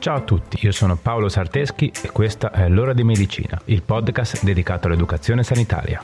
Ciao a tutti, io sono Paolo Sarteschi e questa è L'Ora di Medicina, il podcast dedicato all'educazione sanitaria.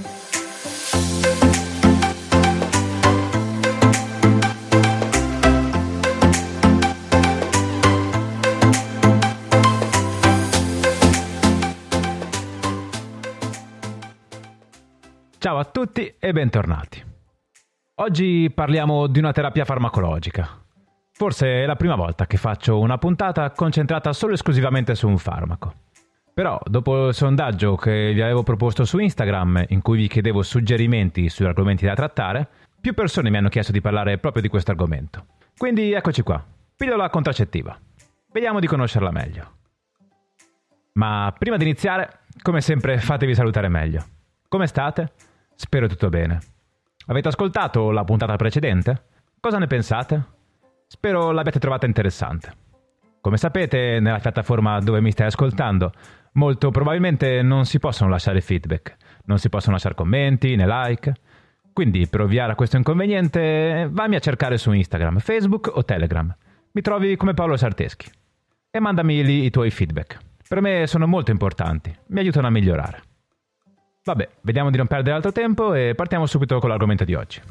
Ciao a tutti e bentornati. Oggi parliamo di una terapia farmacologica. Forse è la prima volta che faccio una puntata concentrata solo e esclusivamente su un farmaco. Però, dopo il sondaggio che vi avevo proposto su Instagram, in cui vi chiedevo suggerimenti sugli argomenti da trattare, più persone mi hanno chiesto di parlare proprio di questo argomento. Quindi eccoci qua, pillola contraccettiva. Vediamo di conoscerla meglio. Ma prima di iniziare, come sempre, fatevi salutare meglio. Come state? Spero tutto bene. Avete ascoltato la puntata precedente? Cosa ne pensate? Spero l'abbiate trovata interessante. Come sapete, nella piattaforma dove mi stai ascoltando, molto probabilmente non si possono lasciare feedback, non si possono lasciare commenti né like. Quindi, per ovviare a questo inconveniente, vammi a cercare su Instagram, Facebook o Telegram. Mi trovi come Paolo Sarteschi. E mandami lì i tuoi feedback. Per me sono molto importanti, mi aiutano a migliorare. Vabbè, vediamo di non perdere altro tempo e partiamo subito con l'argomento di oggi.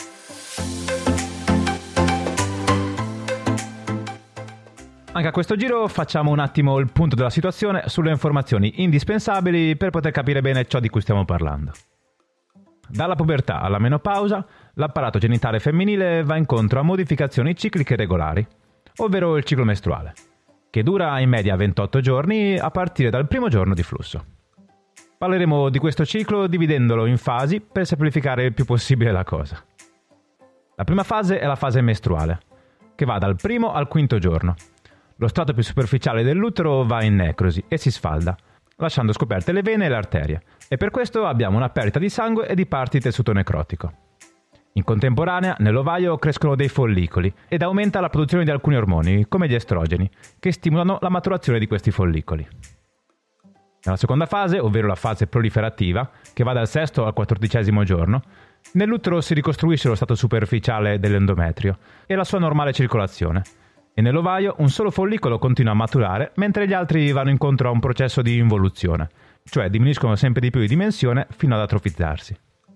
Anche a questo giro facciamo un attimo il punto della situazione sulle informazioni indispensabili per poter capire bene ciò di cui stiamo parlando. Dalla pubertà alla menopausa, l'apparato genitale femminile va incontro a modificazioni cicliche regolari, ovvero il ciclo mestruale, che dura in media 28 giorni a partire dal primo giorno di flusso. Parleremo di questo ciclo dividendolo in fasi per semplificare il più possibile la cosa. La prima fase è la fase mestruale, che va dal primo al quinto giorno. Lo strato più superficiale dell'utero va in necrosi e si sfalda, lasciando scoperte le vene e le arterie, e per questo abbiamo una perdita di sangue e di parti di tessuto necrotico. In contemporanea, nell'ovaio crescono dei follicoli ed aumenta la produzione di alcuni ormoni, come gli estrogeni, che stimolano la maturazione di questi follicoli. Nella seconda fase, ovvero la fase proliferativa, che va dal sesto al 14° giorno, nell'utero si ricostruisce lo stato superficiale dell'endometrio e la sua normale circolazione, e nell'ovaio un solo follicolo continua a maturare mentre gli altri vanno incontro a un processo di involuzione, cioè diminuiscono sempre di più di dimensione fino ad atrofizzarsi.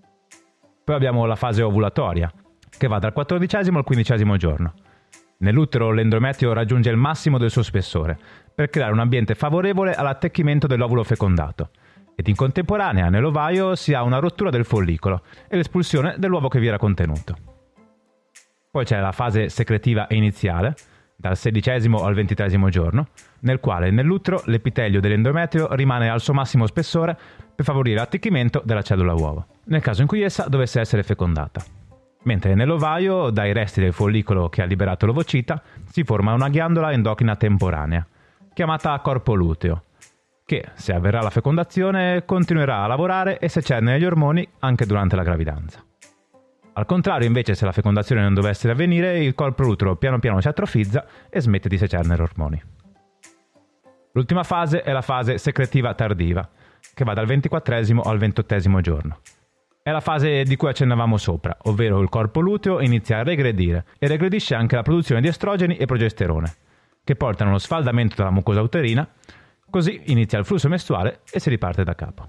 Poi abbiamo la fase ovulatoria, che va dal 14° al 15° giorno. Nell'utero l'endometrio raggiunge il massimo del suo spessore, per creare un ambiente favorevole all'attecchimento dell'ovulo fecondato, ed in contemporanea nell'ovaio si ha una rottura del follicolo e l'espulsione dell'uovo che vi era contenuto. Poi c'è la fase secretiva e iniziale, dal 16° al 23° giorno, nel quale nell'utero l'epitelio dell'endometrio rimane al suo massimo spessore per favorire l'attecchimento della cellula uovo, nel caso in cui essa dovesse essere fecondata. Mentre nell'ovaio, dai resti del follicolo che ha liberato l'ovocita, si forma una ghiandola endocrina temporanea, chiamata corpo luteo, che, se avverrà la fecondazione, continuerà a lavorare e secerne gli ormoni anche durante la gravidanza. Al contrario, invece, se la fecondazione non dovesse avvenire, il corpo luteo piano piano si atrofizza e smette di secernere ormoni. L'ultima fase è la fase secretiva tardiva, che va dal 24° al 28° giorno. È la fase di cui accennavamo sopra, ovvero il corpo luteo inizia a regredire e regredisce anche la produzione di estrogeni e progesterone, che portano allo sfaldamento della mucosa uterina, così inizia il flusso mestruale e si riparte da capo.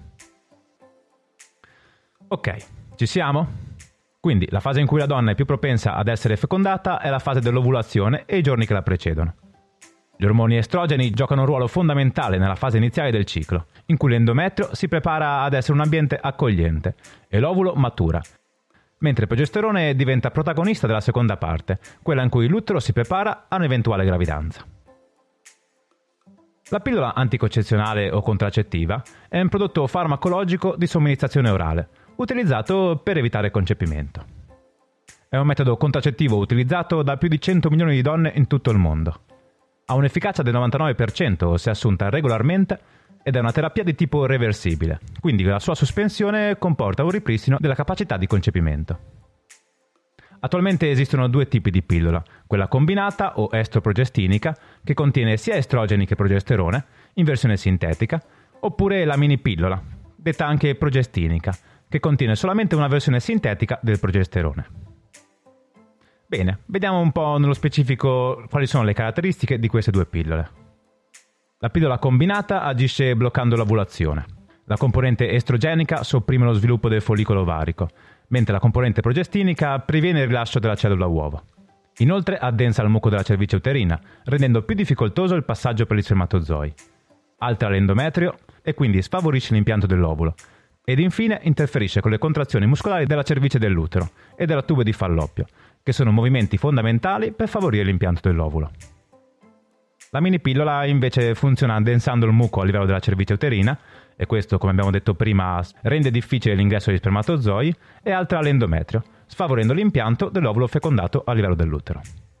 Ok, ci siamo? Quindi la fase in cui la donna è più propensa ad essere fecondata è la fase dell'ovulazione e i giorni che la precedono. Gli ormoni estrogeni giocano un ruolo fondamentale nella fase iniziale del ciclo, in cui l'endometrio si prepara ad essere un ambiente accogliente e l'ovulo matura, mentre il progesterone diventa protagonista della seconda parte, quella in cui l'utero si prepara a un'eventuale gravidanza. La pillola anticoncezionale o contraccettiva è un prodotto farmacologico di somministrazione orale, utilizzato per evitare concepimento. È un metodo contraccettivo utilizzato da più di 100 milioni di donne in tutto il mondo. Ha un'efficacia del 99% se assunta regolarmente ed è una terapia di tipo reversibile, quindi la sua sospensione comporta un ripristino della capacità di concepimento. Attualmente esistono due tipi di pillola, quella combinata o estroprogestinica, che contiene sia estrogeni che progesterone, in versione sintetica, oppure la mini pillola, detta anche progestinica, che contiene solamente una versione sintetica del progesterone. Bene, vediamo un po' nello specifico quali sono le caratteristiche di queste due pillole. La pillola combinata agisce bloccando l'ovulazione. La componente estrogenica sopprime lo sviluppo del follicolo ovarico, mentre la componente progestinica previene il rilascio della cellula uovo. Inoltre addensa il muco della cervice uterina, rendendo più difficoltoso il passaggio per gli spermatozoi. Altera l'endometrio e quindi sfavorisce l'impianto dell'ovulo. Ed infine interferisce con le contrazioni muscolari della cervice dell'utero e della tuba di Falloppio, che sono movimenti fondamentali per favorire l'impianto dell'ovulo. La mini pillola invece funziona addensando il muco a livello della cervice uterina, e questo, come abbiamo detto prima, rende difficile l'ingresso degli spermatozoi, e altera l'endometrio, sfavorendo l'impianto dell'ovulo fecondato a livello dell'utero.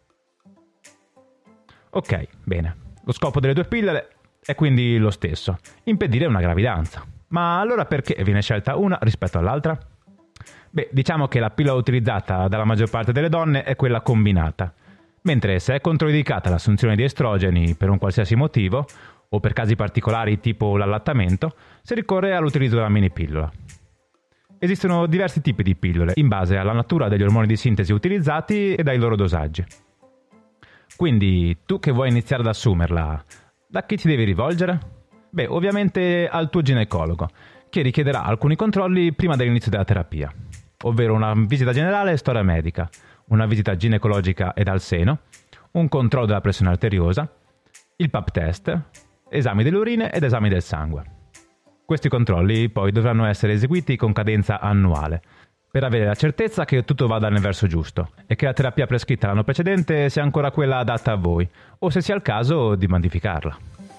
Ok, bene. Lo scopo delle due pillole è quindi lo stesso, impedire una gravidanza. Ma allora perché viene scelta una rispetto all'altra? Beh, diciamo che la pillola utilizzata dalla maggior parte delle donne è quella combinata, mentre se è controindicata l'assunzione di estrogeni per un qualsiasi motivo, o per casi particolari tipo l'allattamento, si ricorre all'utilizzo della mini pillola. Esistono diversi tipi di pillole, in base alla natura degli ormoni di sintesi utilizzati e dai loro dosaggi. Quindi, tu che vuoi iniziare ad assumerla, da chi ti devi rivolgere? Beh, ovviamente al tuo ginecologo, che richiederà alcuni controlli prima dell'inizio della terapia, ovvero una visita generale e storia medica, una visita ginecologica ed al seno, un controllo della pressione arteriosa, il pap test, esami delle urine ed esami del sangue. Questi controlli poi dovranno essere eseguiti con cadenza annuale, per avere la certezza che tutto vada nel verso giusto e che la terapia prescritta l'anno precedente sia ancora quella adatta a voi, o se sia il caso di modificarla.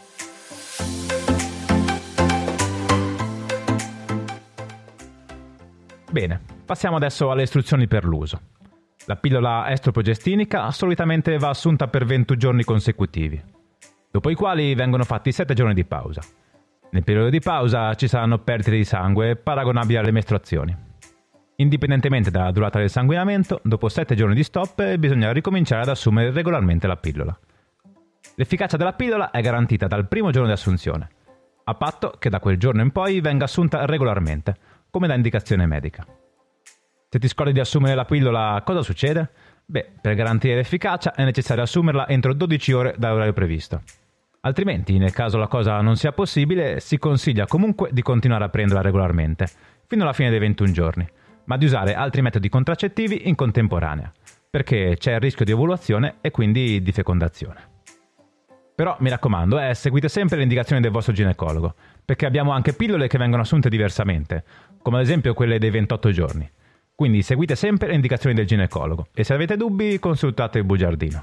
Bene, passiamo adesso alle istruzioni per l'uso. La pillola estroprogestinica solitamente va assunta per 21 giorni consecutivi, dopo i quali vengono fatti 7 giorni di pausa. Nel periodo di pausa ci saranno perdite di sangue paragonabili alle mestruazioni. Indipendentemente dalla durata del sanguinamento, dopo 7 giorni di stop bisogna ricominciare ad assumere regolarmente la pillola. L'efficacia della pillola è garantita dal primo giorno di assunzione, a patto che da quel giorno in poi venga assunta regolarmente, come da indicazione medica. Se ti scordi di assumere la pillola, cosa succede? Beh, per garantire l'efficacia è necessario assumerla entro 12 ore dall'orario previsto. Altrimenti, nel caso la cosa non sia possibile, si consiglia comunque di continuare a prenderla regolarmente, fino alla fine dei 21 giorni, ma di usare altri metodi contraccettivi in contemporanea, perché c'è il rischio di ovulazione e quindi di fecondazione. Però mi raccomando, seguite sempre le indicazioni del vostro ginecologo, perché abbiamo anche pillole che vengono assunte diversamente, come ad esempio quelle dei 28 giorni. Quindi seguite sempre le indicazioni del ginecologo e se avete dubbi consultate il bugiardino.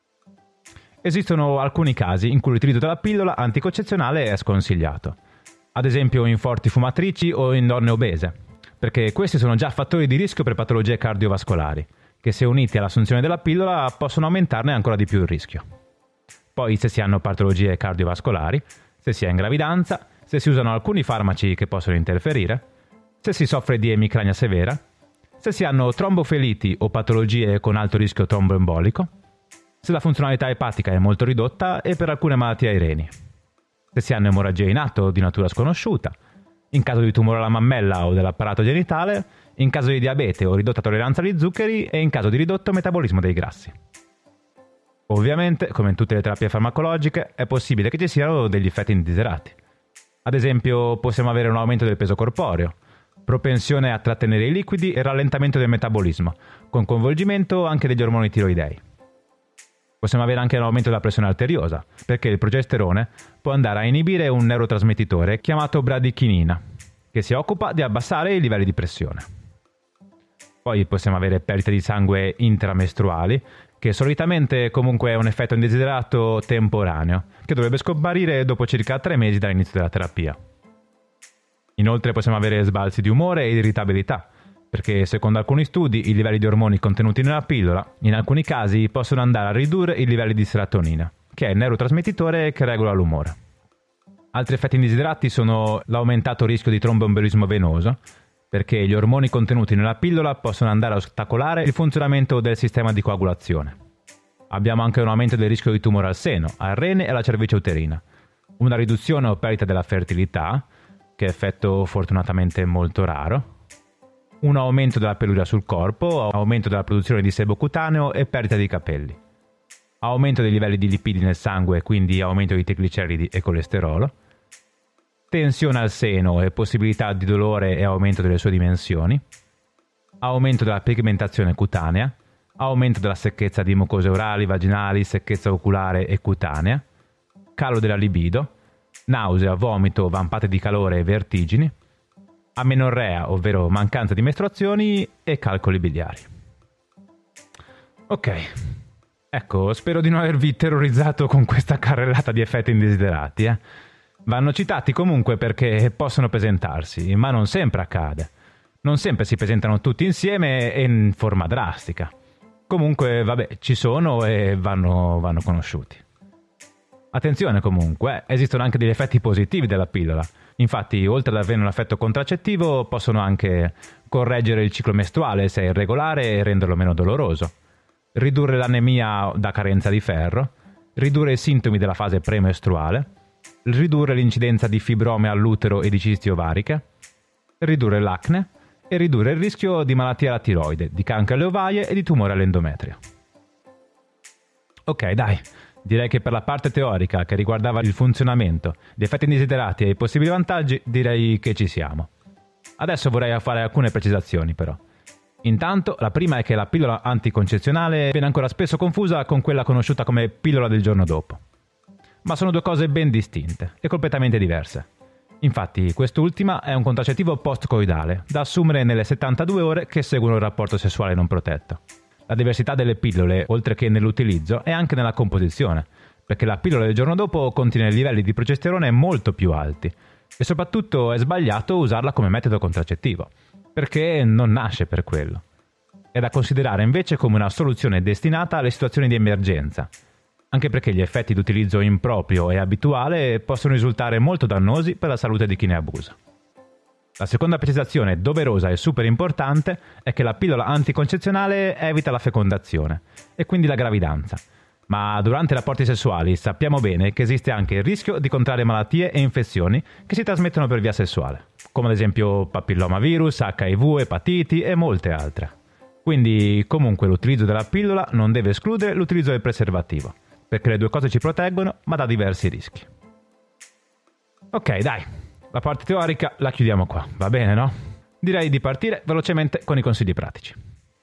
Esistono alcuni casi in cui l'utilizzo della pillola anticoncezionale è sconsigliato, ad esempio in forti fumatrici o in donne obese, perché questi sono già fattori di rischio per patologie cardiovascolari, che se uniti all'assunzione della pillola possono aumentarne ancora di più il rischio. Poi se si hanno patologie cardiovascolari, se si è in gravidanza, se si usano alcuni farmaci che possono interferire, se si soffre di emicrania severa, se si hanno trombofiliti o patologie con alto rischio tromboembolico, se la funzionalità epatica è molto ridotta e per alcune malattie ai reni, se si hanno emorragie in atto di natura sconosciuta, in caso di tumore alla mammella o dell'apparato genitale, in caso di diabete o ridotta tolleranza agli zuccheri e in caso di ridotto metabolismo dei grassi. Ovviamente, come in tutte le terapie farmacologiche, è possibile che ci siano degli effetti indesiderati. Ad esempio, possiamo avere un aumento del peso corporeo, propensione a trattenere i liquidi e rallentamento del metabolismo, con coinvolgimento anche degli ormoni tiroidei. Possiamo avere anche un aumento della pressione arteriosa, perché il progesterone può andare a inibire un neurotrasmettitore chiamato bradichinina, che si occupa di abbassare i livelli di pressione. Poi possiamo avere perdite di sangue intramestruali, che solitamente comunque è un effetto indesiderato temporaneo, che dovrebbe scomparire dopo circa 3 mesi dall'inizio della terapia. Inoltre possiamo avere sbalzi di umore e irritabilità, perché secondo alcuni studi i livelli di ormoni contenuti nella pillola in alcuni casi possono andare a ridurre i livelli di serotonina, che è il neurotrasmettitore che regola l'umore. Altri effetti indesiderati sono l'aumentato rischio di tromboembolismo venoso, perché gli ormoni contenuti nella pillola possono andare a ostacolare il funzionamento del sistema di coagulazione. Abbiamo anche un aumento del rischio di tumore al seno, al rene e alla cervice uterina, una riduzione o perdita della fertilità, che è effetto fortunatamente molto raro, un aumento della peluria sul corpo, aumento della produzione di sebo cutaneo e perdita di capelli, aumento dei livelli di lipidi nel sangue, quindi aumento di trigliceridi e colesterolo, tensione al seno e possibilità di dolore e aumento delle sue dimensioni, aumento della pigmentazione cutanea, aumento della secchezza di mucose orali, vaginali, secchezza oculare e cutanea, calo della libido, nausea, vomito, vampate di calore e vertigini, amenorrea, ovvero mancanza di mestruazioni e calcoli biliari. Ok, ecco, spero di non avervi terrorizzato con questa carrellata di effetti indesiderati, Vanno citati comunque perché possono presentarsi, ma non sempre accade. Non sempre si presentano tutti insieme e in forma drastica. Comunque, vabbè, ci sono e vanno conosciuti. Attenzione comunque, esistono anche degli effetti positivi della pillola. Infatti, oltre ad avere un effetto contraccettivo, possono anche correggere il ciclo mestruale se è irregolare e renderlo meno doloroso, ridurre l'anemia da carenza di ferro, ridurre i sintomi della fase premestruale, ridurre l'incidenza di fibrome all'utero e di cisti ovariche, ridurre l'acne e ridurre il rischio di malattia alla tiroide, di cancro alle ovaie e di tumore all'endometrio. Ok, dai, direi che per la parte teorica che riguardava il funzionamento, gli effetti indesiderati e i possibili vantaggi, direi che ci siamo. Adesso vorrei fare alcune precisazioni però. Intanto, la prima è che la pillola anticoncezionale viene ancora spesso confusa con quella conosciuta come pillola del giorno dopo. Ma sono due cose ben distinte e completamente diverse. Infatti, quest'ultima è un contraccettivo post-coidale, da assumere nelle 72 ore che seguono il rapporto sessuale non protetto. La diversità delle pillole, oltre che nell'utilizzo, è anche nella composizione, perché la pillola del giorno dopo contiene livelli di progesterone molto più alti e soprattutto è sbagliato usarla come metodo contraccettivo, perché non nasce per quello. È da considerare invece come una soluzione destinata alle situazioni di emergenza, anche perché gli effetti di utilizzo improprio e abituale possono risultare molto dannosi per la salute di chi ne abusa. La seconda precisazione doverosa e super importante è che la pillola anticoncezionale evita la fecondazione e quindi la gravidanza, ma durante i rapporti sessuali sappiamo bene che esiste anche il rischio di contrarre malattie e infezioni che si trasmettono per via sessuale, come ad esempio papillomavirus, HIV, epatiti e molte altre. Quindi comunque l'utilizzo della pillola non deve escludere l'utilizzo del preservativo, perché le due cose ci proteggono, ma da diversi rischi. Ok, dai, la parte teorica la chiudiamo qua, va bene, no? Direi di partire velocemente con i consigli pratici.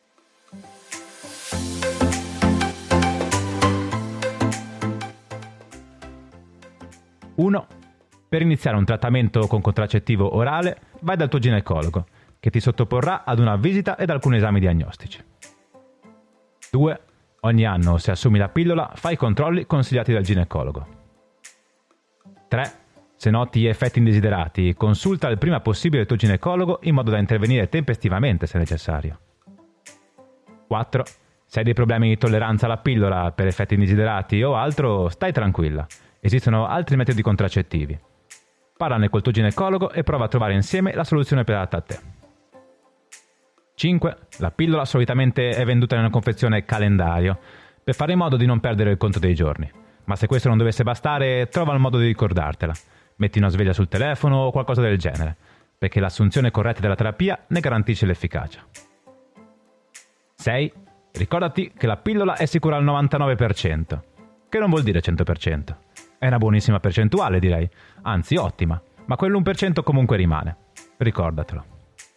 Uno. Per iniziare un trattamento con contraccettivo orale, vai dal tuo ginecologo, che ti sottoporrà ad una visita ed alcuni esami diagnostici. 2. Ogni anno, se assumi la pillola, fai i controlli consigliati dal ginecologo. 3. Se noti effetti indesiderati, consulta il prima possibile il tuo ginecologo in modo da intervenire tempestivamente se necessario. 4. Se hai dei problemi di tolleranza alla pillola per effetti indesiderati o altro, stai tranquilla. Esistono altri metodi contraccettivi. Parlane col tuo ginecologo e prova a trovare insieme la soluzione più adatta a te. 5. La pillola solitamente è venduta in una confezione calendario, per fare in modo di non perdere il conto dei giorni. Ma se questo non dovesse bastare, trova il modo di ricordartela. Metti una sveglia sul telefono o qualcosa del genere, perché l'assunzione corretta della terapia ne garantisce l'efficacia. 6. Ricordati che la pillola è sicura al 99%, che non vuol dire 100%. È una buonissima percentuale, direi, anzi ottima, ma quell'1% comunque rimane. Ricordatelo.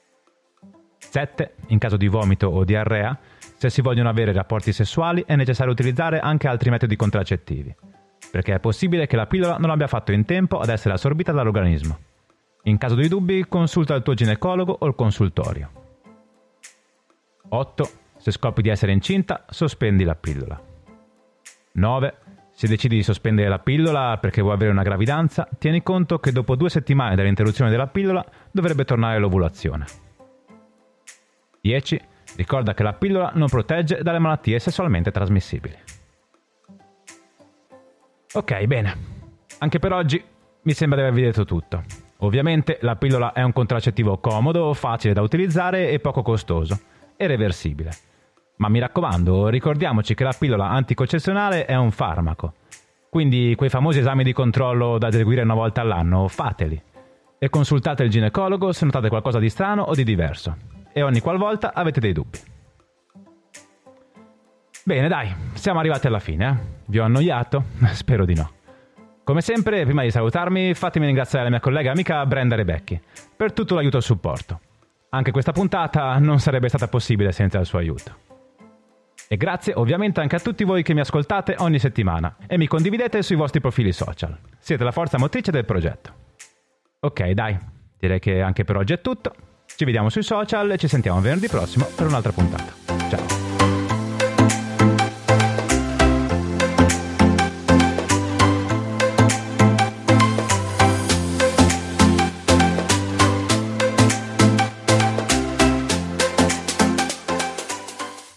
7. In caso di vomito o diarrea, se si vogliono avere rapporti sessuali è necessario utilizzare anche altri metodi contraccettivi, perché è possibile che la pillola non abbia fatto in tempo ad essere assorbita dall'organismo. In caso di dubbi, consulta il tuo ginecologo o il consultorio. 8. Se scopri di essere incinta, sospendi la pillola. 9. Se decidi di sospendere la pillola perché vuoi avere una gravidanza, tieni conto che dopo 2 settimane dall'interruzione della pillola dovrebbe tornare l'ovulazione. 10. Ricorda che la pillola non protegge dalle malattie sessualmente trasmissibili. Ok, bene. Anche per oggi mi sembra di avervi detto tutto. Ovviamente la pillola è un contraccettivo comodo, facile da utilizzare e poco costoso, e reversibile. Ma mi raccomando, ricordiamoci che la pillola anticoncezionale è un farmaco. Quindi quei famosi esami di controllo da eseguire una volta all'anno, fateli. E consultate il ginecologo se notate qualcosa di strano o di diverso. e ogni qualvolta avete dei dubbi. Bene, dai, siamo arrivati alla fine, eh? Vi ho annoiato? Spero di no. Come sempre, prima di salutarmi, fatemi ringraziare la mia collega e amica Brenda Rebecchi per tutto l'aiuto e il supporto. Anche questa puntata non sarebbe stata possibile senza il suo aiuto. E grazie ovviamente anche a tutti voi che mi ascoltate ogni settimana e mi condividete sui vostri profili social. Siete la forza motrice del progetto. Ok, dai, direi che anche per oggi è tutto. Ci vediamo sui social e ci sentiamo venerdì prossimo per un'altra puntata.